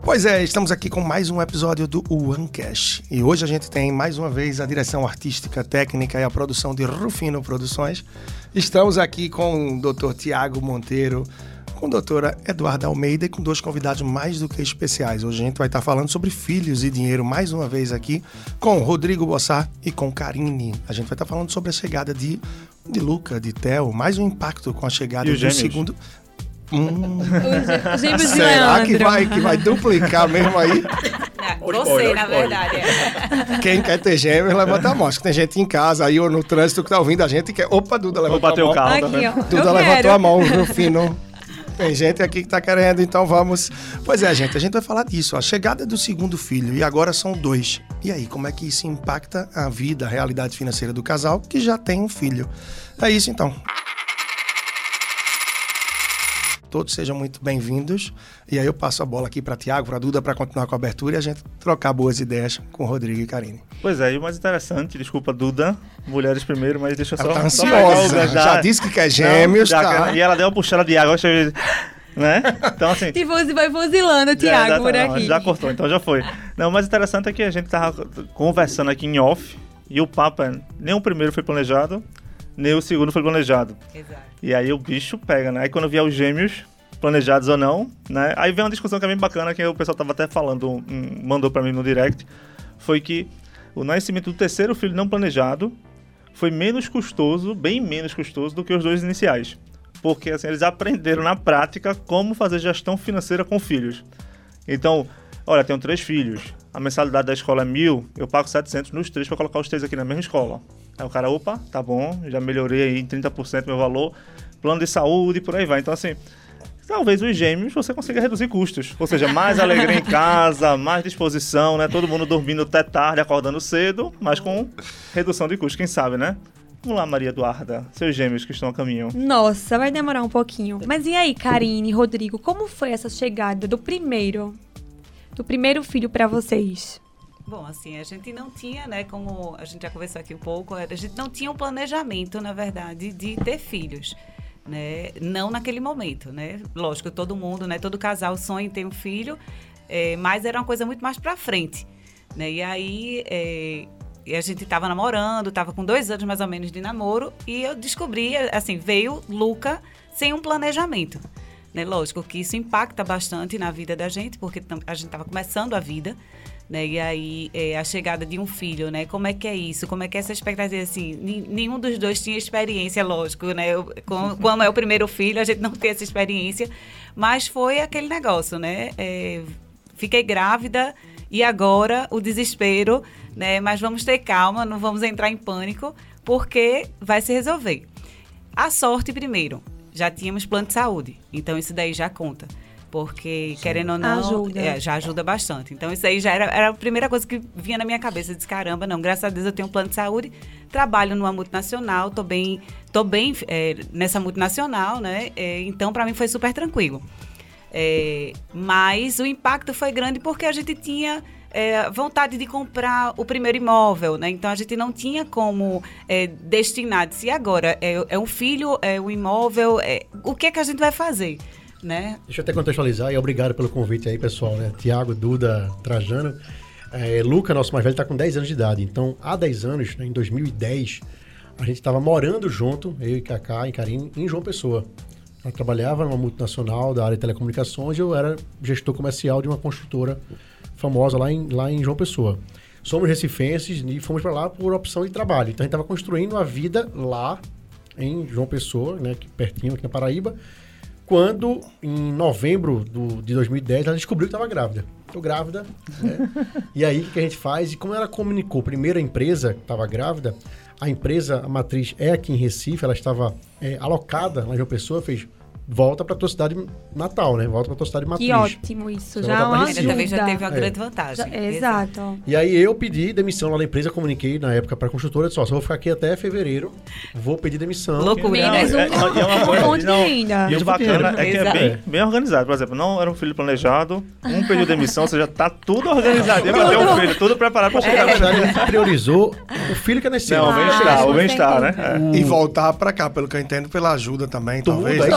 Pois é, estamos aqui com mais um episódio do OneCast. E hoje a gente tem mais uma vez a direção artística, técnica e a produção de Rufino Produções. Estamos aqui com o Dr. Tiago Monteiro, com a doutora Eduarda Almeida e com dois convidados mais do que especiais. Hoje a gente vai estar falando sobre filhos e dinheiro mais uma vez aqui com Rodrigo Bossar e com Karine. A gente vai estar falando sobre a chegada de Luca, de Theo, mais um impacto com a chegada do segundo... Será que vai duplicar mesmo aí? Você, na verdade. Quem quer ter gêmeos, levanta a mão. Acho que tem gente em casa aí ou no trânsito que tá ouvindo a gente e quer... Opa, Duda levantou a mão. O carro, aqui, ó. Duda levantou a mão, Rufino. Tem gente aqui que tá querendo, então vamos... Pois é, gente, a gente vai falar disso. A chegada do segundo filho, e agora são 2. E aí, como é que isso impacta a vida, a realidade financeira do casal que já tem um filho? É isso, então. Todos sejam muito bem-vindos. E aí eu passo a bola aqui para Tiago, para Duda, para continuar com a abertura e a gente trocar boas ideias com o Rodrigo e Karine. Pois é, e o mais interessante, desculpa, Duda, mulheres primeiro, mas deixa eu ela tá ansiosa, já disse que quer gêmeos, não, tá? E ela deu uma puxada de água, né? Então, assim... E vai vozilando o Tiago por aqui. Já cortou, então já foi. Não, o mais interessante é que a gente tava conversando aqui em off e o papo é, nem o primeiro foi planejado, nem o segundo foi planejado. Exato. E aí o bicho pega, né? Aí quando vier os gêmeos, planejados ou não, né? Aí vem uma discussão que é bem bacana, que o pessoal tava até falando, mandou pra mim no direct, foi que o nascimento do terceiro filho não planejado foi menos custoso, bem menos custoso do que os 2 iniciais. Porque assim, eles aprenderam na prática como fazer gestão financeira com filhos. Então, olha, tenho 3 filhos, a mensalidade da escola é 1.000, eu pago 700 nos 3 para colocar os 3 aqui na mesma escola. Aí o cara, opa, tá bom, já melhorei aí em 30% meu valor, plano de saúde e por aí vai. Então assim, talvez os gêmeos você consiga reduzir custos. Ou seja, mais alegria em casa, mais disposição, né? Todo mundo dormindo até tarde, acordando cedo, mas com redução de custos, quem sabe, né? Vamos lá, Maria Eduarda, seus gêmeos que estão a caminho. Nossa, vai demorar um pouquinho. Mas e aí, Karine, Rodrigo, como foi essa chegada do primeiro filho para vocês? Bom, assim, a gente não tinha, né, como a gente já conversou aqui um pouco, a gente não tinha um planejamento, na verdade, de ter filhos, né, não naquele momento, né, lógico, todo mundo, né, todo casal sonha em ter um filho, mas era uma coisa muito mais pra frente, né, e aí a gente tava namorando, tava com 2 anos mais ou menos de namoro, e eu descobri, assim, veio Luca sem um planejamento, né, lógico que isso impacta bastante na vida da gente, porque a gente tava começando a vida, né? E aí, a chegada de um filho, né? Como é que é isso? Como é que é essa expectativa? Assim, nenhum dos 2 tinha experiência, lógico, né? Como é o primeiro filho, a gente não tem essa experiência. Mas foi aquele negócio, né? Fiquei grávida e agora o desespero, né? Mas vamos ter calma, não vamos entrar em pânico, porque vai se resolver. A sorte, primeiro, já tínhamos plano de saúde, então isso daí já conta. Porque, sim, querendo ou não, já ajuda bastante. Então, isso aí já era a primeira coisa que vinha na minha cabeça. Eu disse, caramba, não, graças a Deus eu tenho um plano de saúde, trabalho numa multinacional, tô bem nessa multinacional, né? Então, para mim foi super tranquilo. Mas o impacto foi grande porque a gente tinha vontade de comprar o primeiro imóvel, né? Então, a gente não tinha como destinar. Disse, agora, é um filho, é um imóvel, o que é que a gente vai fazer? Né? Deixa eu até contextualizar e obrigado pelo convite aí, pessoal, né? Tiago, Duda, Trajano. Luca, nosso mais velho, está com 10 anos de idade. Então, há 10 anos, né, em 2010, a gente estava morando junto, eu e Cacá e Karine, em João Pessoa. Eu trabalhava numa multinacional da área de telecomunicações e eu era gestor comercial de uma construtora famosa lá em João Pessoa. Somos recifenses e fomos para lá por opção de trabalho. Então, a gente estava construindo a vida lá em João Pessoa, né, aqui pertinho, aqui na Paraíba. Quando, em novembro de 2010, ela descobriu que estava grávida. Estou grávida, né? E aí, o que a gente faz? E como ela comunicou, primeiro a empresa que estava grávida, a empresa, a matriz é aqui em Recife, ela estava alocada lá em João Pessoa, fez... Volta para tua cidade natal, né? Volta para tua cidade matriz. Que ótimo isso, já uma ajuda. Também já teve uma grande vantagem. Exato. E aí eu pedi demissão lá na empresa, comuniquei na época para a construtora, disse, só vou ficar aqui até fevereiro, vou pedir demissão. Loucura, né? Um monte de renda. E o bacana é que é bem organizado. Por exemplo, não era um filho planejado, pediu demissão, ou seja, tá tudo organizadinho para ter um filho, tudo preparado para chegar. Na verdade, a gente priorizou o filho que nasceu. Não, o bem-estar, né? E voltar para cá, pelo que eu entendo, pela ajuda também, tudo, talvez. aí,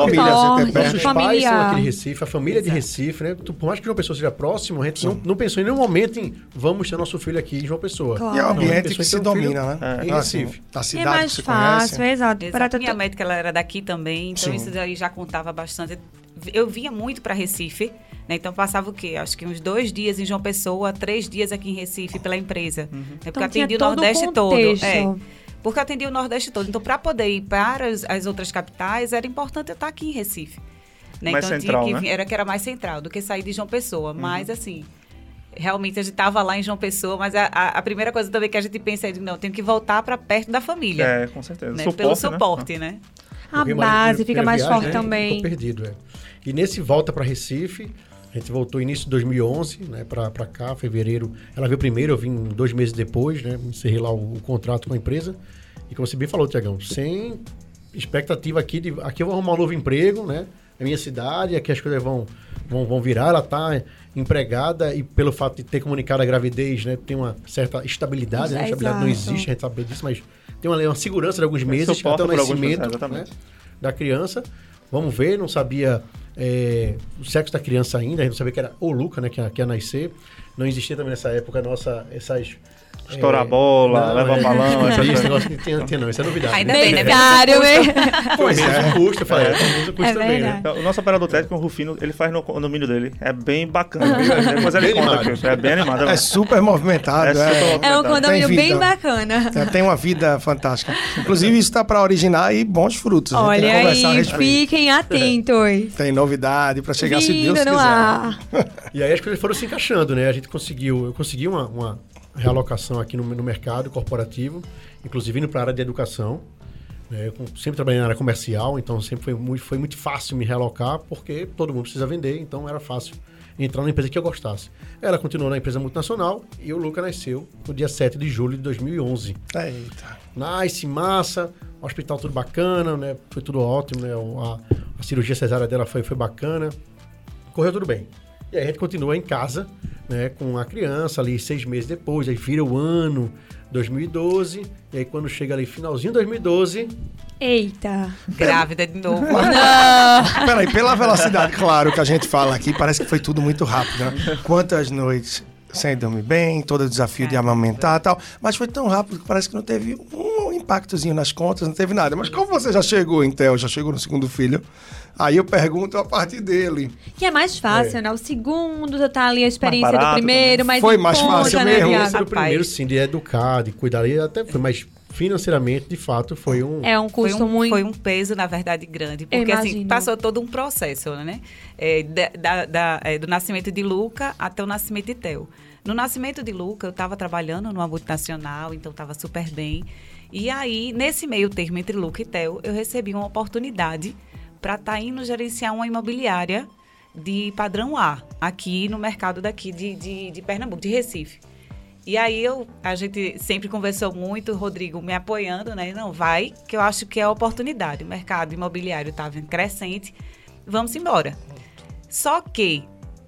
família, você forte, tem perto. Nossos pais familiar. são aqui de Recife, a família de Recife, né? Por mais que João Pessoa seja próximo, a gente não pensou em nenhum momento em vamos ter nosso filho aqui em João Pessoa. Claro. E é um Não, ambiente pensou que em se ter um filho domina, né? em Assim, Recife. a É cidade mais que se fácil, conhece. exato. Exato. Minha médica, ela era daqui também, então Sim. isso aí já contava bastante. Eu vinha muito para Recife, né? Então passava o quê? Acho que uns 2 dias em João Pessoa, 3 dias aqui em Recife pela empresa. Né? Porque Então, eu atendi tinha o todo o Nordeste todo. contexto. Porque eu atendi o Nordeste todo. Então, para poder ir para as outras capitais, era importante eu estar aqui em Recife. Né? Mais então, central, tinha que, né? que era mais central do que sair de João Pessoa. Mas, assim, realmente a gente estava lá em João Pessoa, mas a primeira coisa também que a gente pensa é, não, tenho que voltar para perto da família. É, com certeza. Né? Suporte, Pelo suporte, né? A Porque base fica primeira mais viagem, forte né, também. Ficou perdido, E nesse volta para Recife, a gente voltou início de 2011, né, para cá, fevereiro. Ela veio primeiro, eu vim 2 meses depois, né, encerrei lá o contrato com a empresa. E como você bem falou, Tiagão, sem expectativa aqui eu vou arrumar um novo emprego, né, na minha cidade, aqui as coisas vão virar, ela está empregada e pelo fato de ter comunicado a gravidez, né, tem uma certa estabilidade, né, a estabilidade não Exato. existe, a gente sabe disso, mas tem uma segurança de alguns meses suporta até o por alguns meses, nascimento, exatamente. né, da criança. Vamos ver, não sabia o sexo da criança ainda, a gente não sabia que era o Luca, né, que ia nascer. Não existia também nessa época essas... Estourar a bola, levar balão, esse essas negócio que tem não, isso é novidade. Ainda né? bem, né? Necessário, hein? Pois é, custo, eu falei, menos o custo É também, né? verdade. Então, o nosso operador técnico, o Rufino, ele faz no condomínio dele. É bem bacana. Depois ele Bem conta animado. aqui. É bem animado. É super movimentado. É super movimentado. É um condomínio Tem bem vida. bacana. Tem uma vida fantástica. Inclusive, isso está para originar aí bons frutos. A gente tem que Olha conversar a aí, respeito. fiquem atentos. Tem novidade para chegar se Deus Vindo quiser. no ar. E aí as coisas foram se encaixando, né? Eu consegui uma realocação aqui no mercado corporativo, inclusive indo para a área de educação. Né? Eu sempre trabalhei na área comercial, então sempre foi muito fácil me realocar, porque todo mundo precisa vender, então era fácil entrar na empresa que eu gostasse. Ela continuou na empresa multinacional e o Luca nasceu no dia 7 de julho de 2011. Eita. Nice, massa, hospital tudo bacana, né? Foi tudo ótimo, né? A cirurgia cesárea dela foi bacana, correu tudo bem. E aí a gente continua em casa, né? Com a criança ali 6 meses depois, aí vira o ano 2012, e aí quando chega ali finalzinho de 2012... Eita. Grávida de novo. Peraí, pela velocidade, claro, que a gente fala aqui, parece que foi tudo muito rápido, né? Quantas noites sem dormir bem, todo o desafio de amamentar e tal, mas foi tão rápido que parece que não teve um impactozinho nas contas, não teve nada. Mas como você já chegou, Intel, já chegou no segundo filho, aí eu pergunto a partir dele. Que é mais fácil, né? O segundo já tá ali a experiência barato do primeiro, também. mas Foi em mais conta, fácil né, mesmo? Thiago? Esse era o primeiro, Rapaz. sim, de educar, de cuidar, e até foi, mas financeiramente, de fato, foi um... É um custo muito... Foi um peso, na verdade, grande. Porque, assim, imagino. passou todo um processo, né? Do nascimento de Luca até o nascimento de Theo. No nascimento de Luca, eu estava trabalhando numa multinacional, então estava super bem. E aí, nesse meio termo entre Luca e Theo, eu recebi uma oportunidade para estar indo gerenciar uma imobiliária de padrão A, aqui no mercado daqui de Pernambuco, de Recife. E aí a gente sempre conversou muito, o Rodrigo me apoiando, né? Não, vai, que eu acho que é a oportunidade. O mercado imobiliário estava crescente, vamos embora. Só que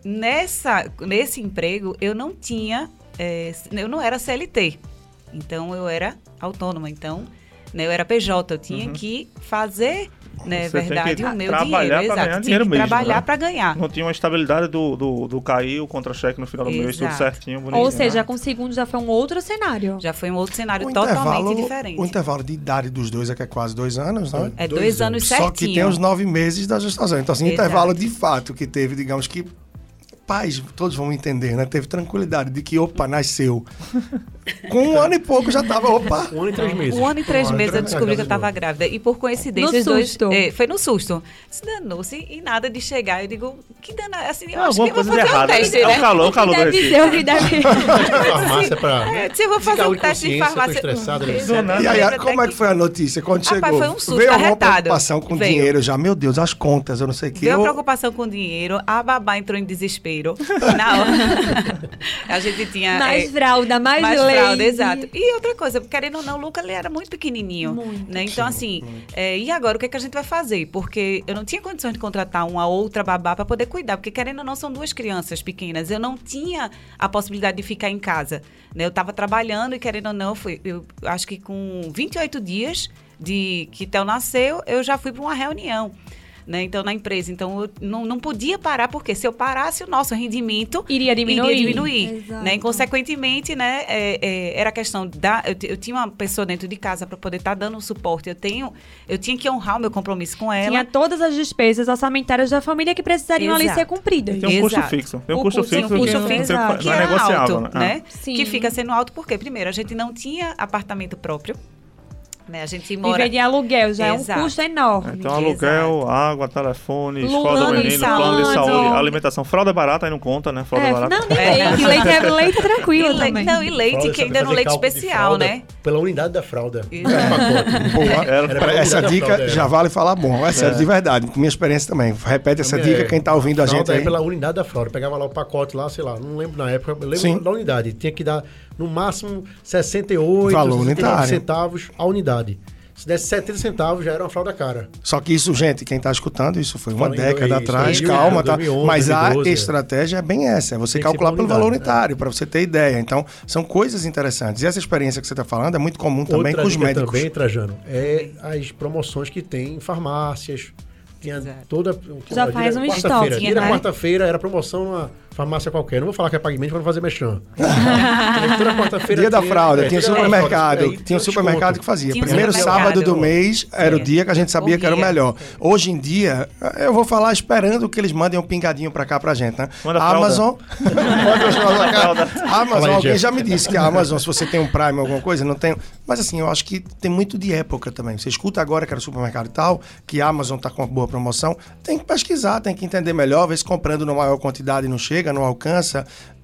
nesse emprego eu não tinha, eu não era CLT, então eu era autônoma, então né, eu era PJ, eu tinha que fazer, né, Você tem verdade, que o meu trabalhar dinheiro, pra ganhar exato, dinheiro tinha que mesmo, trabalhar né? para ganhar. Não tinha uma estabilidade do cair, o contra-cheque no final do mês, tudo Exato. certinho, bonitinho. Ou seja, com o segundo já foi um outro cenário. Já foi um outro cenário O totalmente diferente. O intervalo de idade dos dois é que é quase 2 anos, né? É 2 2 anos certinho. Só que tem os 9 meses da gestação. Então, assim, o Exato. intervalo de fato que teve, digamos que pais, todos vão entender, né? Teve tranquilidade de que, opa, nasceu. Com 1 ano e pouco já tava, opa. 1 ano e 3 meses. 1 ano e 3 Um ano e meses eu 3 descobri que eu meses. estava grávida. E por coincidência, No os dois. susto. Foi no susto. Se danou-se e nada de chegar. Eu digo, que dana. Assim, eu É acho alguma que eu vou coisa de fazer um errado. teste, É né? o calor do Deve Recife. ser o que deve... Farmácia pra... Se eu vou fazer um Descargo de teste de consciência, tô farmácia. estressado, né? Exatamente, E aí, até como é que foi a notícia? Quando Rapaz, chegou? foi um susto Veio alguma arretado. preocupação com Veio. dinheiro já? Meu Deus, as contas, eu não sei o que. Veio a preocupação com o dinheiro, a babá entrou em desespero. Na hora. A gente tinha. Mais fralda, mais leite. fralda, exato. E outra coisa, querendo ou não, o Luca ele era muito pequenininho. Muito. Né? Então, assim, e agora o que, é que a gente vai fazer? Porque eu não tinha condições de contratar uma outra babá para poder cuidar, porque querendo ou não, são 2 crianças pequenas. Eu não tinha a possibilidade de ficar em casa. Né? Eu estava trabalhando e querendo ou não, eu acho que com 28 dias de que Theo nasceu, eu já fui para uma reunião. né? Então, na empresa. Então, eu não podia parar, porque se eu parasse, o nosso rendimento Iria diminuir, Exato. né? E, consequentemente, né, era a questão eu tinha uma pessoa dentro de casa para poder estar dando um suporte. Eu tinha que honrar o meu compromisso com ela. Tinha todas as despesas orçamentárias da família que precisariam ali Exato. ser cumpridas. Tem um custo Exato. fixo. Tem um O custo custo- fixo tem um que custo fixo, não que é era negociável. alto, né? né? Sim. Que fica sendo alto porque, primeiro, a gente não tinha apartamento próprio, né? A gente mora... Viver de aluguel já Exato. é um custo enorme. Então, aluguel, água, telefone, escola do Plano de menino, plano de saúde. saúde, alimentação. Fralda barata aí não conta, né? Fralda barata. Não, nem leite é tranquilo também. Não, e leite, Fralda, que você ainda no fazer leite cálculo de especial, fralda né? Pela unidade da fralda. Isso. Pacote. Boa. Era pela Essa unidade da dica fralda, já vale falar bom. É sério, de verdade. Com minha experiência também. Repete essa dica, quem tá ouvindo a gente fralda aí. É pela unidade da fralda. Eu pegava lá o pacote lá, sei lá, não lembro na época, eu lembro Sim. da unidade. Tinha que dar no máximo 68, Valor 69 unitário. centavos a unidade. Se desse 70 centavos, já era uma fralda cara. Só que isso, gente, quem tá escutando, isso foi uma Falando década isso, atrás, 2011, calma, tá? 2011, Mas a 2012, estratégia é bem essa, é você Tem que calcular ser pelo por valor unidade, unitário, para você ter ideia. Então, são coisas interessantes. E essa experiência que você está falando é muito comum também Outra com os dica médicos. também, Trajano, é as promoções que tem em farmácias. Tinha Exato. toda... Já faz um quarta-feira. estoque, Dia da né? quarta-feira era promoção numa farmácia qualquer. Não vou falar que é pagamento para não fazer mexão. Toda quarta-feira Dia da tinha- frauda, tinha dia da supermercado, frauda, aí tinha um supermercado que fazia. Tinha um Primeiro supermercado. sábado do mês era o dia que a gente sabia que era o Corria. melhor. Hoje em dia, eu vou falar esperando que eles mandem um pingadinho pra cá pra gente, né? Manda A fralda. Amazon. Pode falar, cara. A Amazon, Fala aí, alguém Jeff. já me disse que a Amazon, se você tem um Prime ou alguma coisa, não tem. Mas assim, eu acho que tem muito de época também. Você escuta agora que era supermercado e tal, que a Amazon tá com uma boa promoção, tem que pesquisar, tem que entender melhor, ver se comprando numa maior quantidade não chega, não alcança.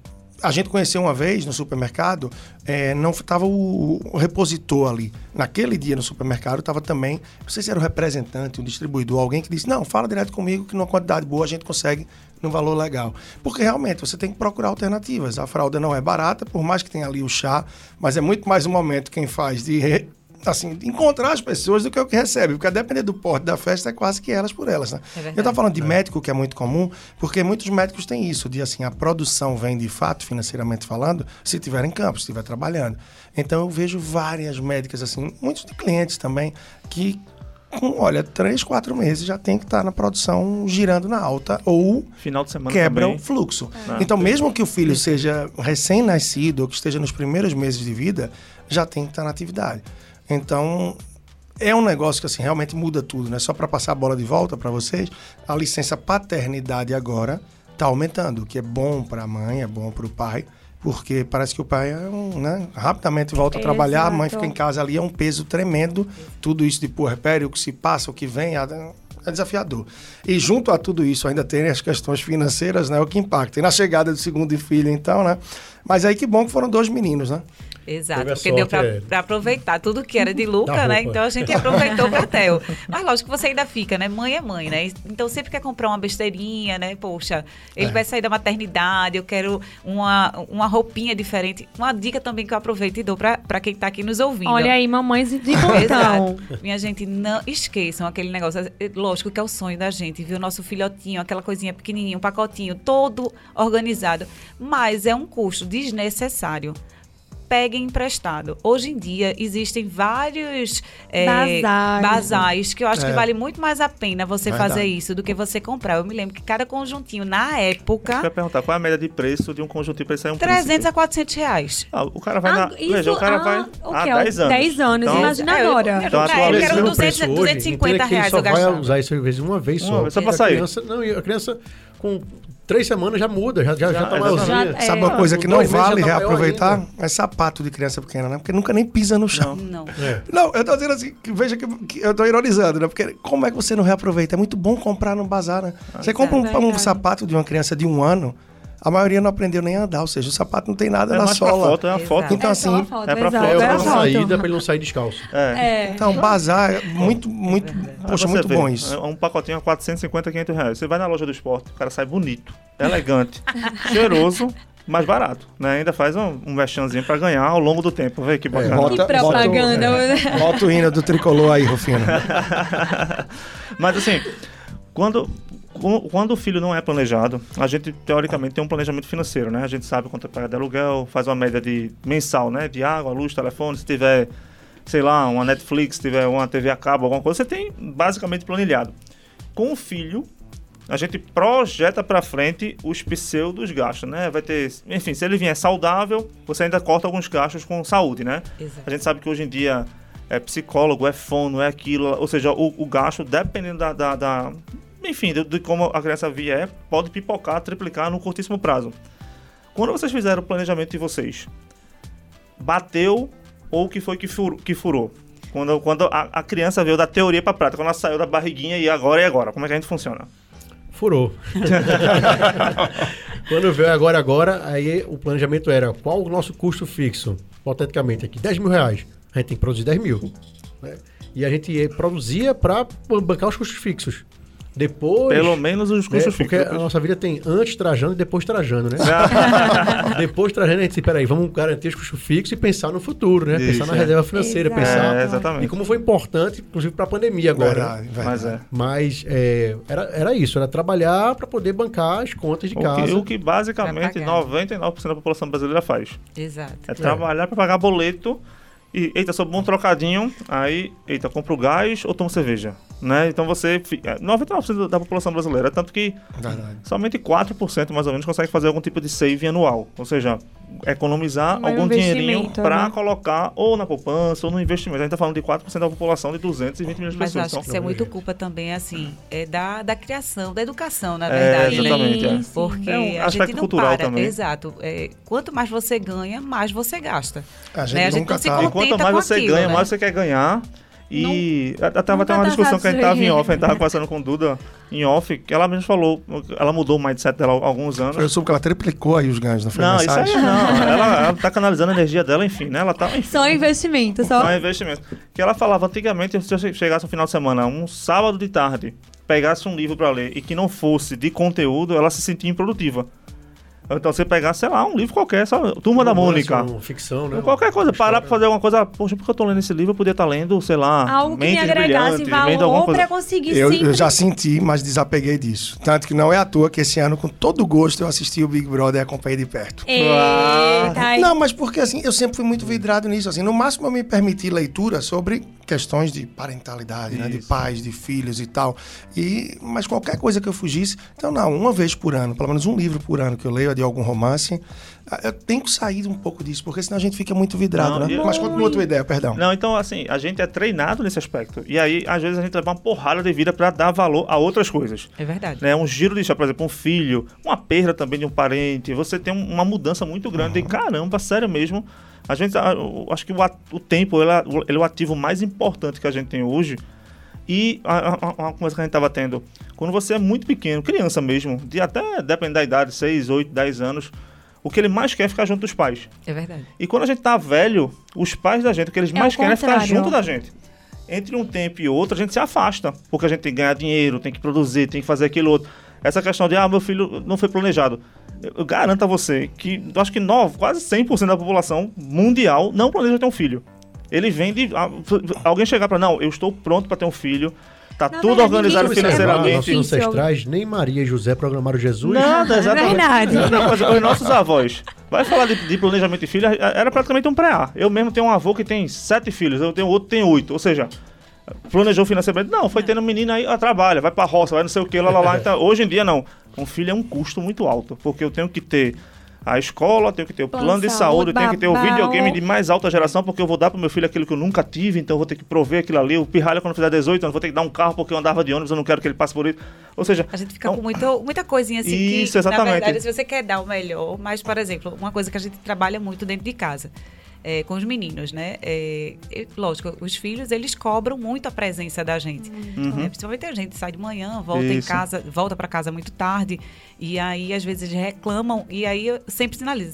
A gente conheceu uma vez no supermercado, não estava o repositor ali. Naquele dia no supermercado estava também, não sei se era o representante, o distribuidor, alguém que disse, não, fala direto comigo que numa quantidade boa a gente consegue num valor legal. Porque realmente você tem que procurar alternativas. A fralda não é barata, por mais que tenha ali o chá, mas é muito mais um momento quem faz de encontrar as pessoas do que o que recebe. Porque a depender do porte da festa, é quase que elas por elas, né? É verdade. Eu estava falando de médico, que é muito comum, porque muitos médicos têm isso, de assim, a produção vem de fato, financeiramente falando, se estiver em campo, se estiver trabalhando. Então eu vejo várias médicas, assim, muitos de clientes também, que com, 3, 4 meses já tem que estar na produção girando na alta, ou Final de semana quebra também. o fluxo. É. Então, mesmo que o filho seja recém-nascido, ou que esteja nos primeiros meses de vida, já tem que estar na atividade. Então, é um negócio que assim, realmente muda tudo, né? Só para passar a bola de volta para vocês, a licença paternidade agora está aumentando, o que é bom para a mãe, é bom para o pai, porque parece que o pai rapidamente volta a trabalhar, a mãe fica em casa ali, é um peso tremendo, tudo isso de puerpério, o que se passa, o que vem, é desafiador. E junto a tudo isso ainda tem as questões financeiras, né? O que impacta. E na chegada do segundo filho, então, né? Mas aí que bom que foram 2 meninos, né? Exato, Teve a porque deu sorte, pra aproveitar tudo que era de Luca, Da né? roupa. Então a gente aproveitou pro Theo. Mas lógico que você ainda fica, né? Mãe é mãe, né? Então sempre quer comprar uma besteirinha, né? Poxa, ele vai sair da maternidade, eu quero uma roupinha diferente. Uma dica também que eu aproveito e dou pra quem tá aqui nos ouvindo. Olha aí, mamães de plantão. Exato. Minha gente, não esqueçam aquele negócio. Lógico que é o sonho da gente, viu? Nosso filhotinho, aquela coisinha pequenininha, um pacotinho todo organizado. Mas é um custo desnecessário. Peguem emprestado. Hoje em dia existem vários bazares que eu acho que vale muito mais a pena você fazer isso do que você comprar. Eu me lembro que cada conjuntinho, na Eu época, ia perguntar, qual é a média de preço de um conjuntinho para sair um 300 a 400 reais. O cara vai Veja, o cara vai há 10 anos. 10 anos, Então, imagina agora. Então, Na época atualmente, era Mesmo 200, preço hoje, 250 entenda que ele reais só eu vai gastava. usar isso uma vez Uma só. vez, só pra A sair. a criança com 3 semanas já muda, já tá exatamente. maiorzinha. Sabe uma coisa que Com não 2 meses vale já tá maior reaproveitar? ainda. É sapato de criança pequena, né? Porque nunca nem pisa no chão. Não. Não, eu tô dizendo assim, que veja que eu tô ironizando, né? Porque como é que você não reaproveita? É muito bom comprar no bazar, né? Você compra um sapato de uma criança de 1 ano, a maioria não aprendeu nem a andar, ou seja, o sapato não tem nada É na mais pra sola. foto, é uma Exato. foto. Então, assim, é pra exato, foto, É a uma foto. saída pra ele não sair descalço. Então, bazar é muito, poxa, Você muito vê, bom isso. Um pacotinho a 450, 500 reais. Você vai na loja do esporte, o cara sai bonito, elegante, cheiroso, mais barato, né? Ainda faz um merchanzinho pra ganhar ao longo do tempo. Vê que bacana. Bota- Que propaganda. Bota o hino do tricolor aí, Rufino. Mas assim, quando o filho não é planejado, a gente teoricamente tem um planejamento financeiro, né? A gente sabe quanto é pagar de aluguel, faz uma média de mensal, né? De água, luz, telefone, se tiver, sei lá, uma Netflix, se tiver uma TV a cabo, alguma coisa, você tem basicamente planilhado. com o filho, a gente projeta para frente os pseudos gastos, né? Vai ter, enfim, se ele vier saudável, você ainda corta alguns gastos com saúde, né? Exato. A gente sabe que hoje em dia é psicólogo, é fono, é aquilo, ou seja, o gasto, dependendo enfim, de como a criança vier, pode pipocar, triplicar no curtíssimo prazo. Quando vocês fizeram o planejamento de vocês, bateu ou que foi que furou? Quando a criança veio da teoria para a prática, quando ela saiu da barriguinha e agora, como é que a gente funciona? Furou. Quando veio agora, aí o planejamento era qual o nosso custo fixo, hipoteticamente aqui, 10 mil reais. A gente tem que produzir 10 mil. Né? E a gente produzia para bancar os custos fixos. Depois... Pelo menos os custos fixos. Porque a nossa vida tem antes trajando e depois trajando, né? Depois trajando, a gente disse, peraí, vamos garantir os custos fixos e pensar no futuro, né? Pensar na reserva financeira, pensar... exatamente. E como foi importante, inclusive, para a pandemia agora. Verdade. Mas era isso, era trabalhar para poder bancar as contas de casa. O que basicamente 99% da população brasileira faz. Exato. É trabalhar para pagar boleto e, sobrou um trocadinho, aí, compra o gás ou toma cerveja, né? Então você... 99% da população brasileira, tanto que somente 4% mais ou menos consegue fazer algum tipo de save anual, ou seja, economizar algum dinheirinho para colocar ou na poupança ou no investimento. A gente está falando de 4% da população de 220 milhões de pessoas. Mas acho que isso é muito culpa também, assim, da criação, da educação, na verdade. Exatamente. Né? Porque um a gente não cultural para. Também. Exato. Quanto mais você ganha, mais você gasta. A gente nunca se contenta quanto mais você aquilo, ganha, né? mais você quer ganhar. E até uma discussão que a gente tava em off, a gente tava conversando com Duda em off, que ela mesmo falou, ela mudou o mindset dela há alguns anos. Eu soube que ela triplicou aí os ganhos, não foi? Não, isso aí não. Ela tá canalizando a energia dela, enfim, né? Ela tá, enfim, só investimento, só investimento. Que ela falava antigamente, se eu chegasse no final de semana, um sábado de tarde, pegasse um livro pra ler e que não fosse de conteúdo, ela se sentia improdutiva. Então você pegar, sei lá, um livro qualquer, só Turma da Mônica. Ficção, né? Qualquer coisa, parar pra fazer alguma coisa. Poxa, porque eu tô lendo esse livro, eu podia estar lendo, sei lá, algo que me agregasse valor pra conseguir eu já senti, mas desapeguei disso. Tanto que não é à toa que esse ano, com todo gosto, eu assisti o Big Brother e acompanhei de perto. Não, mas porque assim, eu sempre fui muito vidrado nisso. Assim, no máximo eu me permiti leitura sobre questões de parentalidade, né, de pais, de filhos e tal. Mas qualquer coisa que eu fugisse, então não, uma vez por ano, pelo menos um livro por ano que eu leio, de algum romance, eu tenho que sair um pouco disso, porque senão a gente fica muito vidrado, né? Mas continua a tua ideia, perdão. Não, então assim, a gente é treinado nesse aspecto. E aí, às vezes, a gente leva uma porrada de vida pra dar valor a outras coisas. É verdade. Né? Um giro de chá, por exemplo, um filho, uma perda também de um parente, você tem uma mudança muito grande. E caramba, sério mesmo, a gente, acho que o tempo, ele é o ativo mais importante que a gente tem hoje. E uma conversa que a gente estava tendo, quando você é muito pequeno, criança mesmo, de até, depende da idade, 6, 8, 10 anos, o que ele mais quer é ficar junto dos pais. É verdade. E quando a gente tá velho, os pais da gente, o que eles mais querem é ficar junto da gente. Entre um tempo e outro, a gente se afasta, porque a gente tem que ganhar dinheiro, tem que produzir, tem que fazer aquilo outro. Essa questão de, meu filho não foi planejado. Eu garanto a você que, acho que quase 100% da população mundial não planeja ter um filho. Ele vem de... alguém chegar para, não, eu estou pronto para ter um filho, tá tudo organizado financeiramente. Nossos ancestrais, nem Maria e José programaram Jesus. Nada, exatamente. É verdade. Os nossos avós, vai falar de planejamento de filho, era praticamente um pré-A. Eu mesmo tenho um avô que tem 7 filhos, eu tenho outro que tem 8, ou seja... Planejou financeiramente? Não, foi tendo menina aí, trabalha, vai pra roça, vai não sei o que, lá. Então, hoje em dia, não. Um filho é um custo muito alto, porque eu tenho que ter a escola, tenho que ter o plano de saúde, eu tenho que ter o videogame de mais alta geração, porque eu vou dar pro meu filho aquilo que eu nunca tive, então eu vou ter que prover aquilo ali. O pirralha, quando fizer 18 anos, vou ter que dar um carro porque eu andava de ônibus, eu não quero que ele passe por isso. Ou seja... A gente fica com muita coisinha assim isso, que, exatamente. na verdade, se você quer dar o melhor, mas, por exemplo, uma coisa que a gente trabalha muito dentro de casa, com os meninos, né? Lógico, os filhos, eles cobram muito a presença da gente. Principalmente a gente sai de manhã, volta para casa muito tarde, e aí, às vezes, eles reclamam, e aí eu sempre sinalizo,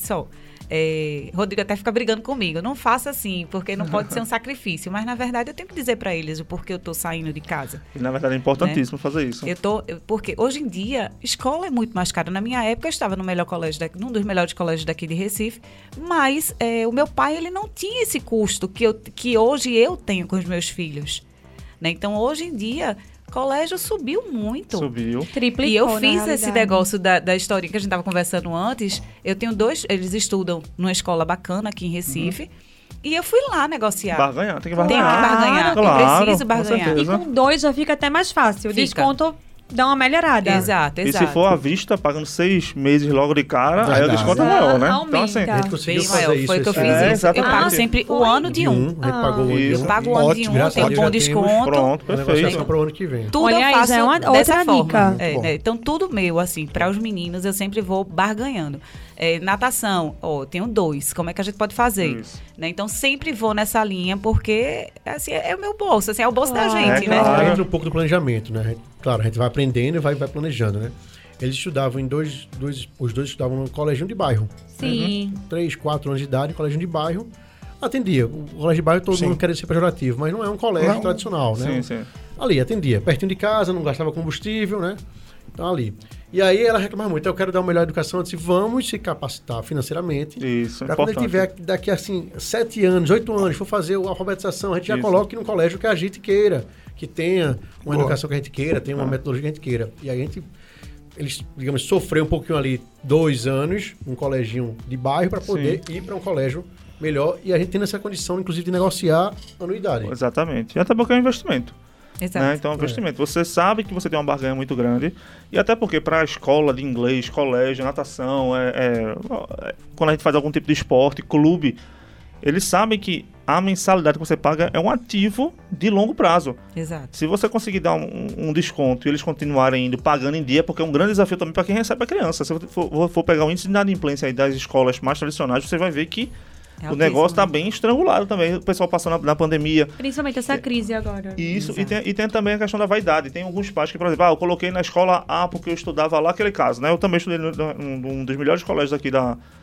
Rodrigo até fica brigando comigo, não faça assim, porque não pode ser um sacrifício, mas na verdade eu tenho que dizer para eles o porquê eu tô saindo de casa. E na verdade é importantíssimo fazer isso. Porque hoje em dia, escola é muito mais cara. Na minha época eu estava num dos melhores colégios daqui de Recife, mas o meu pai, ele não tinha esse custo que hoje eu tenho com os meus filhos, né? Então hoje em dia colégio subiu muito. Subiu. Triplicou. E eu fiz esse negócio da historinha que a gente estava conversando antes. Eu tenho 2, eles estudam numa escola bacana aqui em Recife. E eu fui lá negociar. Barganhar, tem que barganhar. Claro, eu preciso barganhar. E com 2 já fica até mais fácil. Desconto dá uma melhorada. Exato. E se for à vista, pagando 6 meses logo de cara, aí o Verdade. desconto é maior, né? Aumenta. Então, assim, A gente conseguiu Bem fazer maior. isso. Foi que eu esse fiz ano. isso. Eu exatamente. pago sempre o ano de um. A gente pagou o ano de Isso. um. Eu pago o ano de Ótimo, um, graças tem a um Deus bom já temos desconto. Pronto, A negociação perfeito. para o ano que vem. Tudo Olha eu aí, faço já é uma dessa outra forma. dica. Bom. Então, tudo meu, assim, para os meninos, eu sempre vou barganhando. Natação, tenho 2, como é que a gente pode fazer? Isso. Né? Então, sempre vou nessa linha, porque, assim, é o meu bolso, assim, é o bolso da Claro. gente, né? claro. Entra um pouco do planejamento, né? Claro, a gente vai aprendendo e vai planejando, né? Eles estudavam os dois estudavam no colégio de bairro. Sim. 3, 4 anos de idade, colégio de bairro. Atendia. O colégio de bairro todo Sim. mundo quer ser pejorativo, mas não é um colégio Não. tradicional, né? Sim, sim. Ali, atendia. Pertinho de casa, não gastava combustível, né? Então, ali. E aí ela reclamava muito, eu quero dar uma melhor educação. Eu disse, vamos se capacitar financeiramente. Isso, Para quando ele importante. tiver daqui assim, 7 anos, 8 anos, for fazer a alfabetização, a gente já Isso. coloque num colégio que a gente queira, que tenha uma Boa. educação que a gente queira, tenha uma metodologia que a gente queira. E aí eles, digamos, sofreram um pouquinho ali 2 anos, um coleginho de bairro, para poder ir para um colégio melhor. E a gente tem essa condição, inclusive, de negociar anuidade. Exatamente. E até porque é um investimento. Exato. Né? Então, é um investimento. Você sabe que você tem uma barganha muito grande. E até porque para a escola de inglês, colégio, natação, quando a gente faz algum tipo de esporte, clube, eles sabem que a mensalidade que você paga é um ativo de longo prazo. Exato. Se você conseguir dar um desconto e eles continuarem indo pagando em dia, porque é um grande desafio também para quem recebe a criança. Se você for pegar o índice de inadimplência aí das escolas mais tradicionais, você vai ver que o altíssimo, negócio está né? bem estrangulado também. O pessoal passando na pandemia. Principalmente essa crise agora. E isso, Exato. e tem também a questão da vaidade. Tem alguns pais que, por exemplo, eu coloquei na escola A porque eu estudava lá, aquele caso, né? Eu também estudei num dos melhores colégios aqui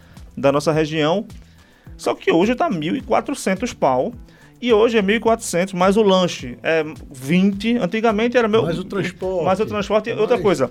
da nossa região. Só que hoje tá 1.400 pau. E hoje é 1.400, mais o lanche é 20. Antigamente era meu... Mais o transporte. Mais o transporte. E outra Mais- coisa,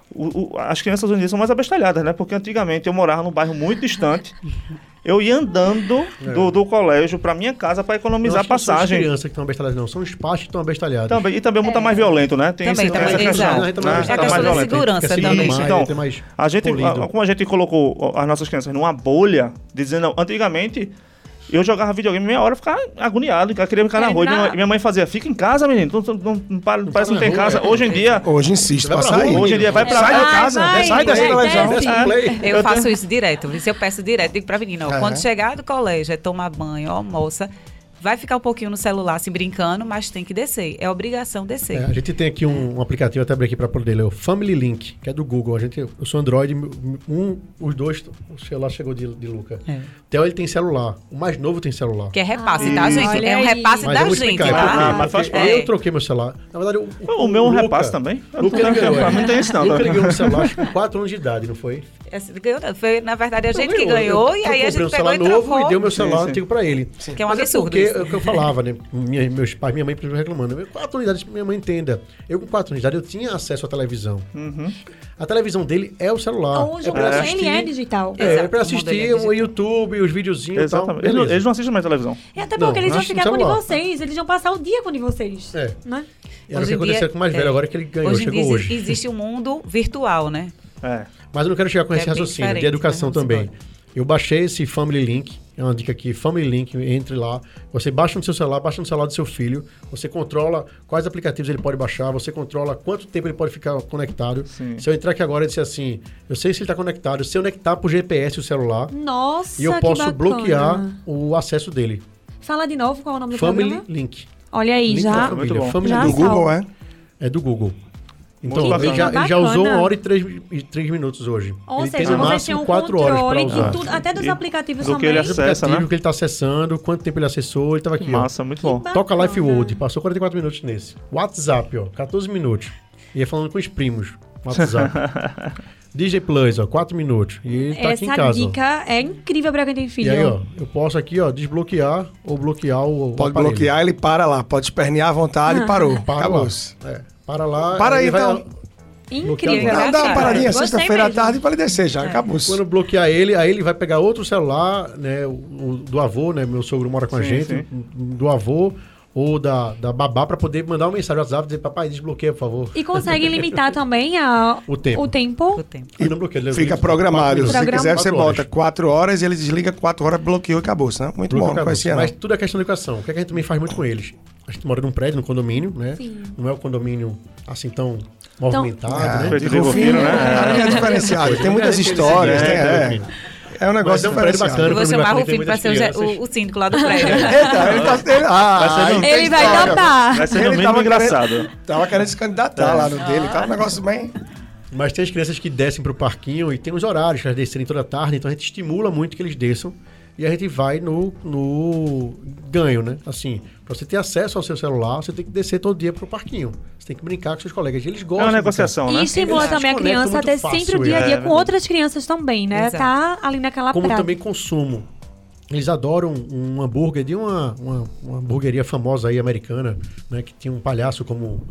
as crianças hoje em dia são mais abestalhadas, né? Porque antigamente eu morava num bairro muito distante. Eu ia andando do colégio pra minha casa pra economizar Não, acho que não são as passagem. crianças que estão abestalhadas, não. São os pais que estão abestalhados. Também, e também muito mais violento, né? Tem Também, essa também, questão. exato. Né? É a Tá questão mais da violento. segurança Fica também. mais, Então, tem mais A gente, polido. como a gente colocou as nossas crianças numa bolha, dizendo, antigamente, eu jogava videogame meia hora e ficava agoniado, eu queria ficar na rua. E minha mãe fazia, fica em casa, menino, parece que não tem na casa. rua, Hoje em dia, Hoje insisto Vai pra pra sair. rua, hoje em dia vai pra Sai de Vai, casa, vai, sai dessa vai, televisão. desce. Desce pro play. Eu faço isso direto. Se eu peço direto, digo pra menina, Aham. quando chegar do colégio, é tomar banho, almoça, vai ficar um pouquinho no celular, assim, brincando, mas tem que descer. É obrigação descer. A gente tem aqui um aplicativo, até abrir aqui para poder ler, o Family Link, que é do Google. Eu sou Android, os dois, o celular chegou de Luca. É. Theo, ele tem celular, o mais novo tem celular. Que é repasse, tá, gente? olha É um aí. repasse Mas eu da vou gente, explicar, tá? porque mas faz parte. eu troquei meu celular. Na verdade, o meu é um Luca- repasse também. Luca ele ganhou, Pra mim não tem isso não. Luca tá? ele ganhou um celular acho que com 4 anos de idade, não foi? Foi, na verdade, a gente que Ganhou. ganhou e Eu aí a comprei gente um pegou celular e novo trocou. e deu meu celular Sim, sim. antigo pra ele. Que é um Mas absurdo porque isso. é o que eu falava, né? Meus pais, minha mãe reclamando. 4 anos de idade, minha mãe entenda. Eu com 4 anos de idade, eu tinha acesso à televisão. Uhum. A televisão dele é o celular. Hoje é o pra mundo, assistir, ele é digital. Exato, é pra o assistir modelo é o digital. YouTube, os videozinhos e tal. Exatamente. Beleza. Eles não assistem mais televisão. E até Não, porque eles vão acho no ficar com celular. vocês, eles vão passar o dia com vocês. É. Né? E era o Hoje que em aconteceu dia- com o mais velho agora que ele ganhou, Hoje em chegou dia hoje. existe um mundo virtual, né? É. Mas eu não quero chegar com É esse bem raciocínio, de diferente, educação mas vamos também. embora. Eu baixei esse Family Link, é uma dica aqui, Family Link, entre lá, você baixa no seu celular, baixa no celular do seu filho, você controla quais aplicativos ele pode baixar, você controla quanto tempo ele pode ficar conectado. Sim. Se eu entrar aqui agora e disser assim, eu sei se ele está conectado, se eu conectar por GPS o celular, Nossa, e eu que posso bacana. bloquear o acesso dele. Fala de novo qual é o nome do Family programa. Link. Olha aí, Link já. da família, Muito bom. Family Já Do Link. Google, é? É do Google. Então, Muito ele já bacana. usou 1 hora e 3 minutos hoje. Ou ele seja, tem no vocês têm máximo um 4 horas para controle usar. de tudo, até dos E aplicativos do que também. ele acessa, Aplicativo né? que ele está acessando, quanto tempo ele acessou, ele estava aqui, Massa, muito bom. Bacana. ó. Toca Life World, passou 44 minutos nesse. WhatsApp, ó, 14 minutos. Ia falando com os primos. WhatsApp. DJ Plus, ó, 4 minutos. E ele tá aqui em Essa casa. ó. dica é incrível pra quem tem filho. E aí, ó, eu posso aqui, ó, desbloquear ou bloquear o Pode aparelho. bloquear, ele para lá. Pode espernear à vontade e parou. Para lá. Acabou-se. É, para lá. Para aí, ele vai- então. Incrível. Dá uma paradinha, Gostei sexta-feira à mesmo. tarde pra ele descer já. Acabou-se. Quando bloquear ele, aí ele vai pegar outro celular, né, o do avô, né, meu sogro mora com a Sim, gente, sim. do avô ou da babá pra poder mandar uma mensagem no WhatsApp e dizer, papai, desbloqueia, por favor. E consegue limitar também O tempo. o tempo. O tempo. E não bloqueia, ele Fica liga programado. Se 4 você quiser, você 4 horas. bota 4 horas, ele desliga 4 horas, bloqueia e acabou-se, né? Muito Bloqueia, bom, não acabou. conhecia não. Mas tudo é questão de educação. O que, é que a gente também faz muito com eles? A gente mora num prédio, num condomínio, né? Sim. Não é o condomínio assim tão movimentado, né? Feito de de Rufino, Rufino, né? É diferenciado. Tem muitas histórias. É um negócio Mas é um prédio diferenciado. bacana. Eu vou Quando chamar vai o ter Rufino para muitas ser crianças. o síndico lá do prédio. Eita, ele tá... Ele vai topar. Vai ser no Ele mínimo tava engraçado. Tava querendo se candidatar lá no dele. Tá um negócio bem... Mas tem as crianças que descem pro parquinho e tem os horários para descerem toda tarde, então a gente estimula muito que eles desçam e a gente vai no ganho, né? Assim, para você ter acesso ao seu celular, você tem que descer todo dia pro parquinho. Você tem que brincar com seus colegas. Eles É gostam. uma negociação, né? E estimula Eles também a se criança a conectam ter muito sempre o fácil, dia a dia é com outras crianças também, né? Exato. Tá ali naquela Como praia. também consumo. Eles adoram um hambúrguer de uma hamburgueria famosa aí, americana, né? Que tinha um palhaço como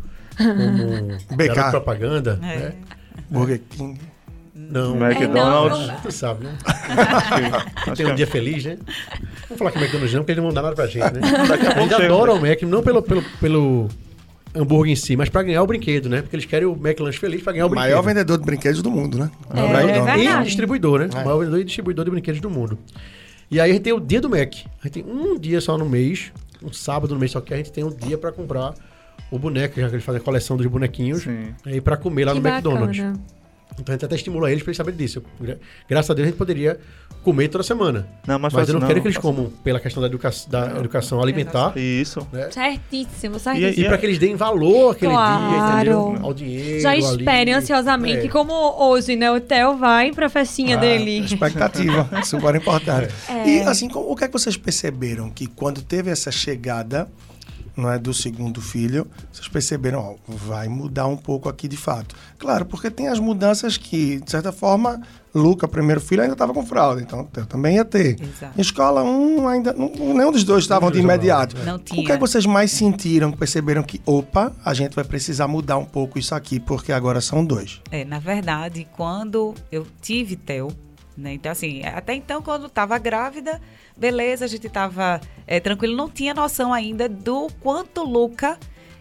BK. garoto propaganda, É. né? Burger King. Não, McDonald's. tu sabe, né? Acho Tem que um dia feliz, né? Vamos falar que o McDonald's não, porque eles não vão dar nada pra gente, né? Daqui a pouco Eles chega. adoram o Mac, não pelo hambúrguer em si, mas pra ganhar o brinquedo, né? Porque eles querem o McLanche feliz pra ganhar o O brinquedo. maior vendedor de brinquedos do mundo, né? É, McDonald's. verdade. E distribuidor, né? É. O maior vendedor e distribuidor de brinquedos do mundo. E aí a gente tem o dia do Mac. A gente tem um dia só no mês, um sábado no mês, só que a gente tem um dia pra comprar o boneco, já que eles fazem a coleção dos bonequinhos, Sim. aí pra comer lá Que no McDonald's. bacana. Então a gente até estimula eles pra eles saberem disso. Graças a Deus a gente poderia comer toda semana. Não, mas Mas eu não fácil quero que eles não. comam pela questão da educação alimentar. Isso. Né? Certíssimo, certíssimo. E para que eles deem valor àquele Claro. dia, entendeu? Ao dinheiro. Já ali. esperem ansiosamente, É. como hoje, né? O Theo vai pra festinha dele. Expectativa, super importante. É. E assim, o que é que vocês perceberam que quando teve essa chegada, não é, do segundo filho, vocês perceberam, ó, vai mudar um pouco aqui de fato. Claro, porque tem as mudanças que, de certa forma, Luca, primeiro filho, ainda estava com fralda, então eu também ia ter. Exato. Em escola, ainda, nenhum dos dois estavam de imediato. Não O tinha. que é que vocês mais sentiram, perceberam que, opa, a gente vai precisar mudar um pouco isso aqui, porque agora são dois? Na verdade, quando eu tive Theo, né? Então, assim, até então, quando estava grávida, beleza, a gente estava tranquilo, não tinha noção ainda do quanto Luca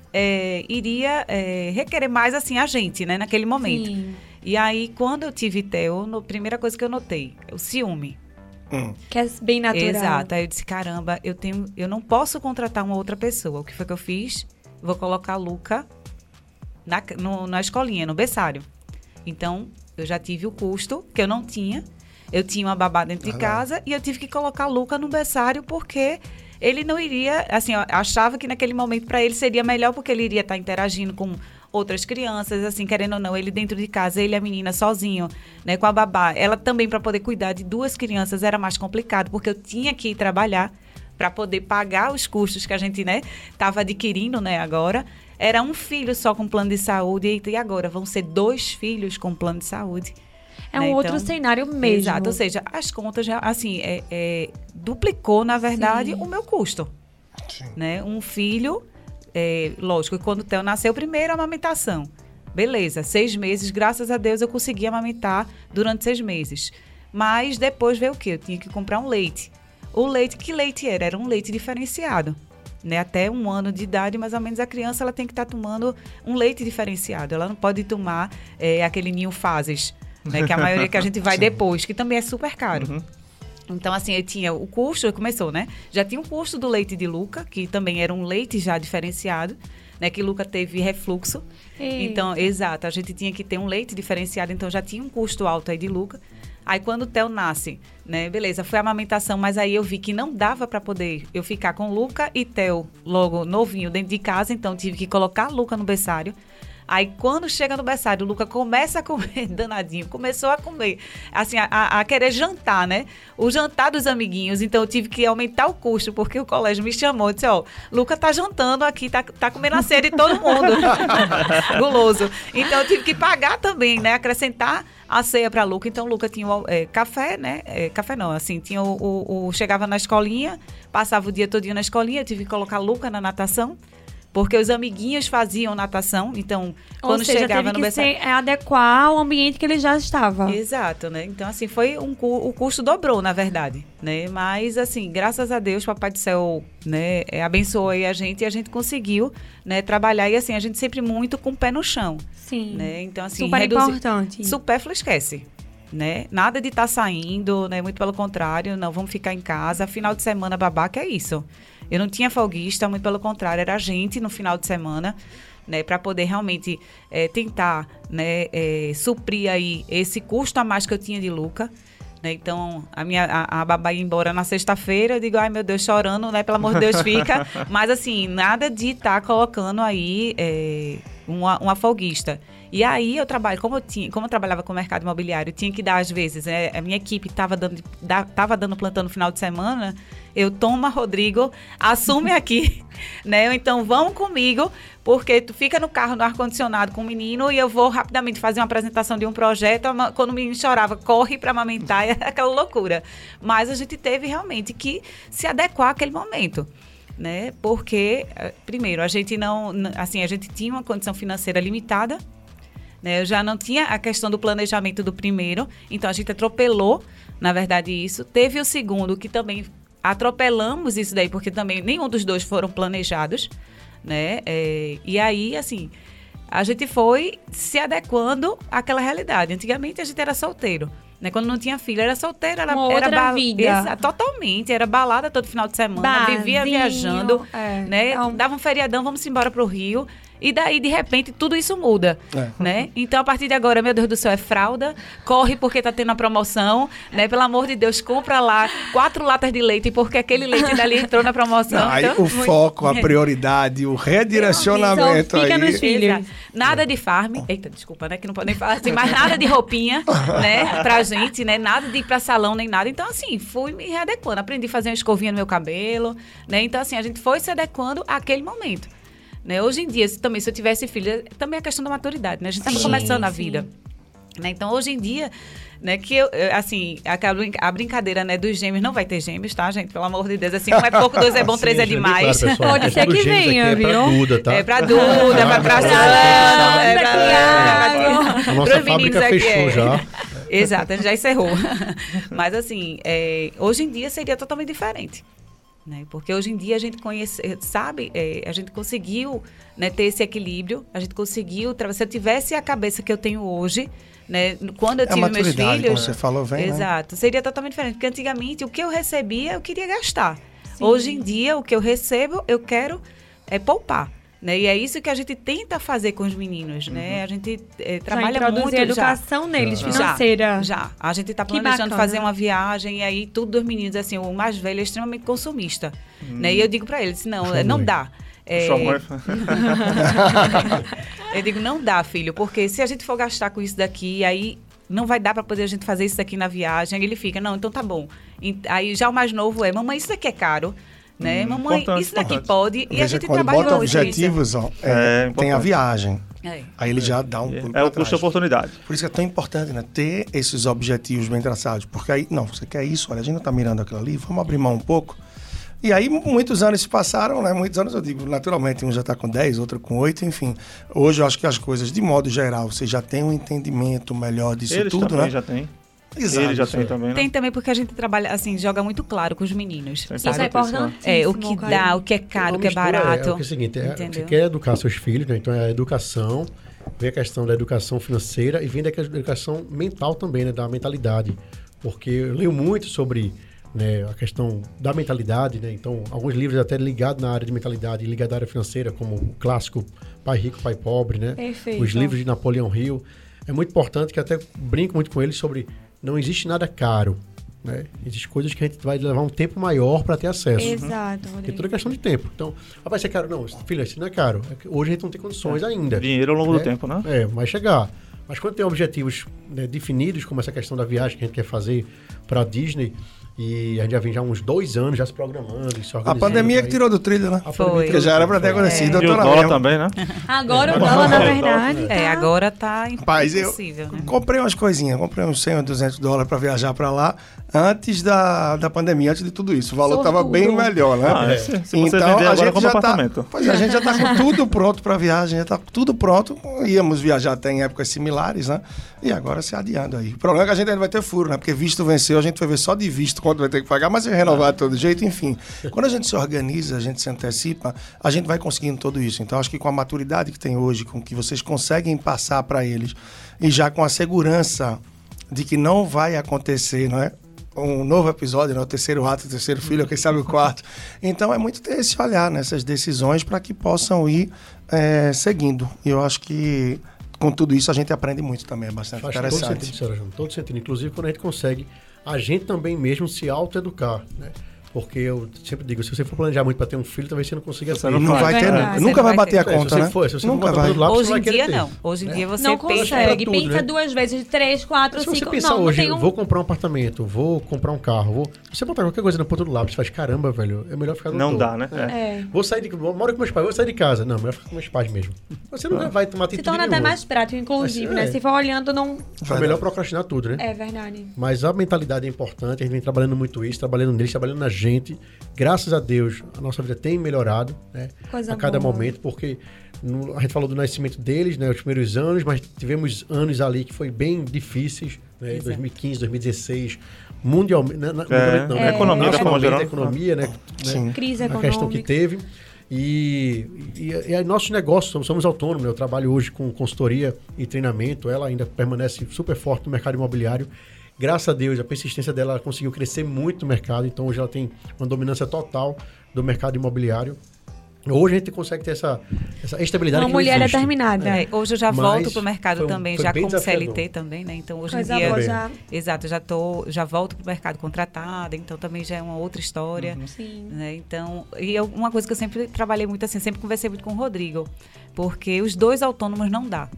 iria requerer mais, assim, a gente, né? Naquele momento. Sim. E aí, quando eu tive Theo, a primeira coisa que eu notei, o ciúme. Que é bem natural. Exato. Aí eu disse, caramba, eu não posso contratar uma outra pessoa. O que foi que eu fiz? Vou colocar Luca na escolinha, no berçário. Então, eu já tive o custo, que eu não tinha. Eu tinha uma babá dentro de casa e eu tive que colocar Luca no berçário porque ele não iria, assim, eu achava que naquele momento para ele seria melhor porque ele iria estar interagindo com outras crianças, assim, querendo ou não, ele dentro de casa, ele e a menina sozinho, né, com a babá. Ela também para poder cuidar de duas crianças era mais complicado porque eu tinha que ir trabalhar para poder pagar os custos que a gente, né, estava adquirindo, né, agora. Era um filho só com plano de saúde e agora vão ser 2 filhos com plano de saúde. É um Né? outro Então, cenário mesmo. Exato, ou seja, as contas, assim, duplicou, na verdade, Sim. o meu custo. Né? Um filho, lógico, quando o Theo nasceu, primeiro a amamentação. Beleza, 6 meses, graças a Deus eu consegui amamentar durante 6 meses. Mas depois veio o quê? Eu tinha que comprar um leite. O leite, que leite era? Era um leite diferenciado. Né? Até 1 ano de idade, mais ou menos, a criança ela tem que estar tomando um leite diferenciado. Ela não pode tomar aquele ninho fases, né? Que é a maioria que a gente vai depois, que também é super caro. Uhum. Então, assim, eu tinha o custo, começou, né? Já tinha o custo do leite de Luca, que também era um leite já diferenciado, né? Que Luca teve refluxo. Eita. Então, exato, a gente tinha que ter um leite diferenciado, então já tinha um custo alto aí de Luca. Aí, quando o Theo nasce, né? Beleza, foi a amamentação, mas aí eu vi que não dava para poder eu ficar com Luca e Theo logo novinho dentro de casa, então tive que colocar Luca no berçário. Aí, quando chega no berçário, o Luca começa a comer, danadinho, começou a comer, assim, a querer jantar, né? O jantar dos amiguinhos. Então, eu tive que aumentar o custo, porque o colégio me chamou, disse, ó, Luca tá jantando aqui, tá comendo a ceia de todo mundo. Guloso. Então, eu tive que pagar também, né? Acrescentar a ceia para Luca. Então, Luca tinha café, né? Café não, assim, tinha chegava na escolinha, passava o dia todinho na escolinha, eu tive que colocar Luca na natação. Porque os amiguinhos faziam natação, então, quando Ou seja, chegava teve no que berçário... adequar ao ambiente que ele já estava. Exato, né? Então, assim, o custo dobrou, na verdade, né? Mas, assim, graças a Deus, Papai do Céu, né, abençoou aí a gente e a gente conseguiu, né, trabalhar. E, assim, a gente sempre muito com o pé no chão, Sim. né? Então, assim, Super importante. Supérfluo esquece. né? Nada de estar saindo, né? Muito pelo contrário, não, vamos ficar em casa. Final de semana, babaca, é isso. Eu não tinha folguista, muito pelo contrário, era a gente no final de semana, né? Para poder realmente tentar, né? Suprir aí esse custo a mais que eu tinha de Luca. Né? Então, a babá ia embora na sexta-feira, eu digo, ai meu Deus, chorando, né? Pelo amor de Deus, fica. Mas assim, nada de estar colocando aí uma folguista. E aí eu trabalho, como eu trabalhava com o mercado imobiliário, eu tinha que dar às vezes, a minha equipe estava dando plantão no final de semana, eu toma, Rodrigo, assume aqui, né? Então vão comigo, porque tu fica no carro, no ar-condicionado com o menino e eu vou rapidamente fazer uma apresentação de um projeto, quando o menino chorava, corre para amamentar, é aquela loucura. Mas a gente teve realmente que se adequar àquele momento. Né? Porque, primeiro, a gente tinha uma condição financeira limitada, né? Eu já não tinha a questão do planejamento do primeiro, então a gente atropelou, na verdade, isso. Teve o segundo, que também atropelamos isso daí, porque também nenhum dos dois foram planejados, né? E aí, assim, a gente foi se adequando àquela realidade. Antigamente a gente era solteiro. Né? Quando não tinha filho, era solteira, era outra vida. Totalmente, era balada todo final de semana, vivia viajando, né? Então, dava um feriadão, vamos embora pro Rio. E daí, de repente, tudo isso muda, né? Então, a partir de agora, meu Deus do céu, é fralda, corre porque tá tendo a promoção, né? Pelo amor de Deus, compra lá 4 latas de leite, porque aquele leite dali entrou na promoção. Não, aí então, o foco, a prioridade, o redirecionamento fica aí. Nos filhos. Nada de farm, eita, desculpa, né? Que não pode nem falar assim, mas nada de roupinha, né? Pra gente, né? Nada de ir pra salão, nem nada. Então, assim, fui me readequando. Aprendi a fazer uma escovinha no meu cabelo, né? Então, assim, a gente foi se adequando àquele momento. Né? Hoje em dia, se eu tivesse filho, também é a questão da maturidade, né? A gente está começando a vida. Né? Então, hoje em dia, né, que a brincadeira, né, dos gêmeos, não vai ter gêmeos, tá, gente? Pelo amor de Deus, assim, 1 é pouco, 2 é bom, 3 é demais. Claro, pessoal, pode ser que venha, viu? É pra Duda, tá? É pra Duda, pra a nossa fábrica fechou já. Exato, a gente já encerrou. Mas, assim, hoje em dia seria totalmente diferente. Né? Porque hoje em dia a gente a gente conseguiu, né, ter esse equilíbrio, a gente conseguiu, se eu tivesse a cabeça que eu tenho hoje, né, quando eu tive meus filhos, como você falou, exato, né? Seria totalmente diferente, porque antigamente o que eu recebia eu queria gastar. Sim. Hoje em dia o que eu recebo eu quero poupar. Né? E é isso que a gente tenta fazer com os meninos, né? A gente trabalha muito a educação neles, financeira. Já. A gente está planejando fazer uma viagem e aí tudo dos meninos, assim, o mais velho é extremamente consumista. Né? E eu digo para eles, não dá. Eu digo, não dá, filho, porque se a gente for gastar com isso daqui, aí não vai dar para poder a gente fazer isso daqui na viagem. Aí ele fica, não, então tá bom. Aí já o mais novo mamãe, isso daqui é caro. Né? Mamãe, isso daqui pode. E a gente trabalha bota objetivos, tem a viagem. Aí ele já dá um pulo o custo de oportunidade. Por isso que é tão importante, né? Ter esses objetivos bem traçados. Porque aí, não, você quer isso, olha, a gente não tá mirando aquilo ali, vamos abrir mão um pouco. E aí, muitos anos se passaram, né? Muitos anos, eu digo, naturalmente, um já está com 10, outro com 8, enfim. Hoje, eu acho que as coisas, de modo geral, você já tem um entendimento melhor disso tudo, né? Eles já têm. Exato, ele já tem também, né? Tem também porque a gente trabalha, assim, joga muito claro com os meninos. Isso é importante. O que dá, o que é caro, o que é barato. É o seguinte, você quer educar seus filhos, né? Então é a educação, vem a questão da educação financeira e vem da educação mental também, né? Da mentalidade. Porque eu leio muito sobre, né, a questão da mentalidade, né? Então, alguns livros até ligados na área de mentalidade, ligados à área financeira, como o clássico Pai Rico, Pai Pobre, né? Perfeito. Os livros de Napoleão Hill. É muito importante, que até brinco muito com eles sobre não existe nada caro, né? Existem coisas que a gente vai levar um tempo maior para ter acesso. Exato, Rodrigo. Tem toda questão de tempo. Então, vai ser caro? Não, filha, isso não é caro. Hoje a gente não tem condições ainda. Dinheiro ao longo do tempo, né? Vai chegar. Mas quando tem objetivos, né, definidos, como essa questão da viagem que a gente quer fazer para a Disney, e a gente já vem uns 2 anos já se programando, se organizando. A pandemia que tirou do trilho, né? Porque já era para ter acontecido. E o dólar também, né? Agora o dólar, na verdade, agora tá impossível. Rapaz, eu comprei umas coisinhas, comprei uns 100 ou 200 dólares para viajar para lá, antes da pandemia, antes de tudo isso. O valor estava bem melhor, né? Se você vender agora, compra apartamento. A gente já tá com tudo pronto para viagem, já tá tudo pronto. Íamos viajar até em épocas similares, né? E agora se adiando aí. O problema é que a gente ainda vai ter furo, né? Porque visto venceu, a gente vai ver só de visto quanto vai ter que pagar, mas é renovar de todo jeito, enfim. Quando a gente se organiza, a gente se antecipa, a gente vai conseguindo tudo isso. Então, acho que com a maturidade que tem hoje, com que vocês conseguem passar para eles, e já com a segurança de que não vai acontecer, não é? Um novo episódio, né? O terceiro ato, o terceiro filho, quem sabe o quarto. Então é muito ter esse olhar nessas decisões para que possam ir seguindo. E eu acho que com tudo isso a gente aprende muito também, é bastante interessante. Todo sentido, senhora Jana, todo sentido. Inclusive quando a gente consegue, a gente também mesmo se autoeducar, né? Porque eu sempre digo, se você for planejar muito para ter um filho, talvez você não consiga ter. Não vai ter, não. Nunca vai bater a conta, né? Se você Nunca vai. Hoje em dia, não. Hoje em dia você não consegue. tudo, Pensa né? 2 vezes, 3, 4, 5. Se você pensar hoje, vou comprar um apartamento, vou comprar um carro, você botar qualquer coisa na ponta do lápis, você faz, caramba, velho, é melhor ficar no Não todo. dá, né? Vou sair moro com meus pais, vou sair de casa. Não, melhor ficar com meus pais mesmo. Você não vai tomar atitude se torna até nenhuma. mais prático, inclusive, né? Se for olhando, não... É melhor procrastinar tudo, né? É verdade. Mas a mentalidade é importante, a gente vem trabalhando muito isso, trabalhando neles, trabalhando na gente. Graças a Deus, a nossa vida tem melhorado, né? Coisa a cada boa. momento, porque a gente falou do nascimento deles, né? Os primeiros anos, mas tivemos anos ali que foi bem difíceis, né? 2015, 2016, mundialmente, economia, nacionalmente, a economia, né? Sim. Crise A econômica. questão que teve. E aí nossos negócios, somos autônomos, né? Eu trabalho hoje com consultoria e treinamento, ela ainda permanece super forte no mercado imobiliário. Graças a Deus, a persistência dela ela conseguiu crescer muito no mercado, então hoje ela tem uma dominância total do mercado imobiliário. Hoje a gente consegue ter essa estabilidade. Uma mulher determinada. Hoje eu já Mas volto pro mercado também, foi já bem como desafiador. CLT também, né? Então hoje Coisa em dia... boa, já. Exato, já volto pro mercado contratada, então também já é uma outra história. Sim. Né? Então, uma coisa que eu sempre trabalhei muito assim, sempre conversei muito com o Rodrigo, porque os dois autônomos não dá.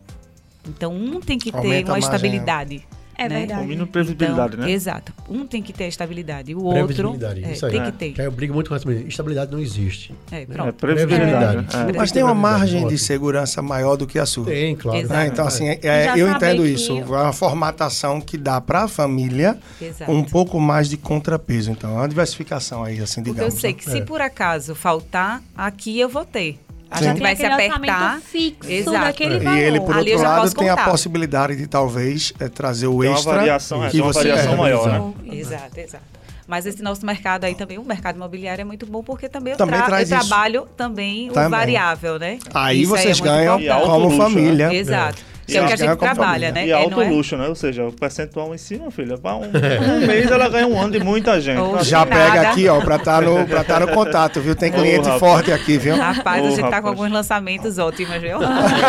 Então um tem que ter Aumenta a uma margem, estabilidade. É né? verdade. O mínimo de previsibilidade, Então, né? Exato. Um tem que ter a estabilidade, o outro Previsibilidade, isso aí. tem que ter. Que aí eu brigo muito com essa mulher. Estabilidade não existe. Pronto. Previsibilidade. Mas tem uma margem de Ótimo. segurança maior do que a sua. Tem, claro. Exato. Então, assim, Já eu saber entendo que- isso. É uma formatação que dá para a família Exato. um pouco mais de contrapeso. Então, é uma diversificação aí, assim, Porque digamos. eu sei né? que se por acaso faltar, aqui eu vou ter. A Sim. gente Tem vai se aquele apertar. orçamento fixo Exato. daquele E valor. ele, por Ali eu outro já lado, posso tem a contar. possibilidade de talvez trazer o Tem uma extra. variação, que tem uma você variação maior, né? Exato, exato. Mas esse nosso mercado aí também, o mercado imobiliário é muito bom porque também eu, Também traz eu isso. trabalho também Também. o variável, né? Aí Isso vocês é muito ganham E alto como luxo, família. Exato. E Que é o que a eles ganham gente como trabalha, família. né? E alto não é? luxo, né? Ou seja, o percentual em si, meu filho, para um mês ela ganha um ano de muita gente. Ou Então, Já Nada. pega aqui, ó, pra tá no contato, viu? Tem cliente rapaz. forte aqui, viu? Rapaz, a gente tá rapaz. com alguns lançamentos ótimos, viu?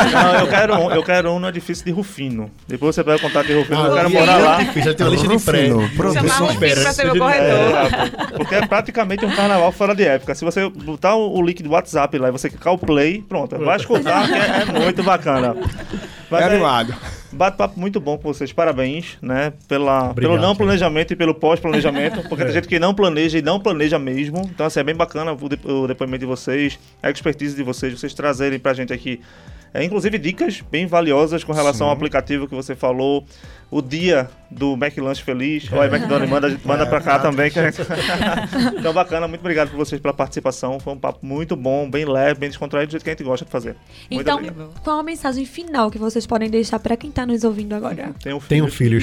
Não, eu quero um no edifício de Rufino. Depois você pega o contato de Rufino, eu quero e morar aí lá. é difícil, tem uma lista de Rufino, pré. produção. Chamar o filho espera. pra ser meu É, corretor. rapaz, porque é praticamente um carnaval fora de época. Se você botar o link do WhatsApp lá e você clicar o play, pronto, vai escutar, que é muito bacana. Mas É animado. Bate-papo muito bom com vocês, parabéns, né? Pelo Obrigado, não Thiago. planejamento e pelo pós-planejamento, porque tem gente que não planeja e não planeja mesmo. Então, assim, é bem bacana o depoimento de vocês, a expertise de vocês trazerem pra gente aqui. Inclusive dicas bem valiosas com relação ao aplicativo que você falou, o dia do McLanche Feliz, ou McDonald's manda pra cá também. Que a gente... Então bacana, muito obrigado por vocês pela participação, foi um papo muito bom, bem leve, bem descontraído, do jeito que a gente gosta de fazer. Muito Então, obrigado. qual a mensagem final que vocês podem deixar para quem tá nos ouvindo agora? Tenho filhos.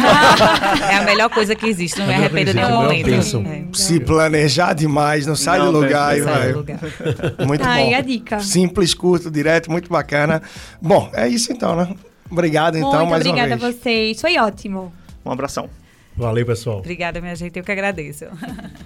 É a melhor coisa que existe, não me arrependo de nenhum Melhor momento. bênção. Se planejar demais, não sai do Não, lugar e não vai. sai do lugar. Muito Tá bom. aí a dica. Simples, curto, direto, muito bacana. Bom, é isso então, né? Obrigado então, Muito mais obrigada uma a vez. vocês. Foi ótimo. Um abração. Valeu, pessoal. Obrigada, minha gente. Eu que agradeço.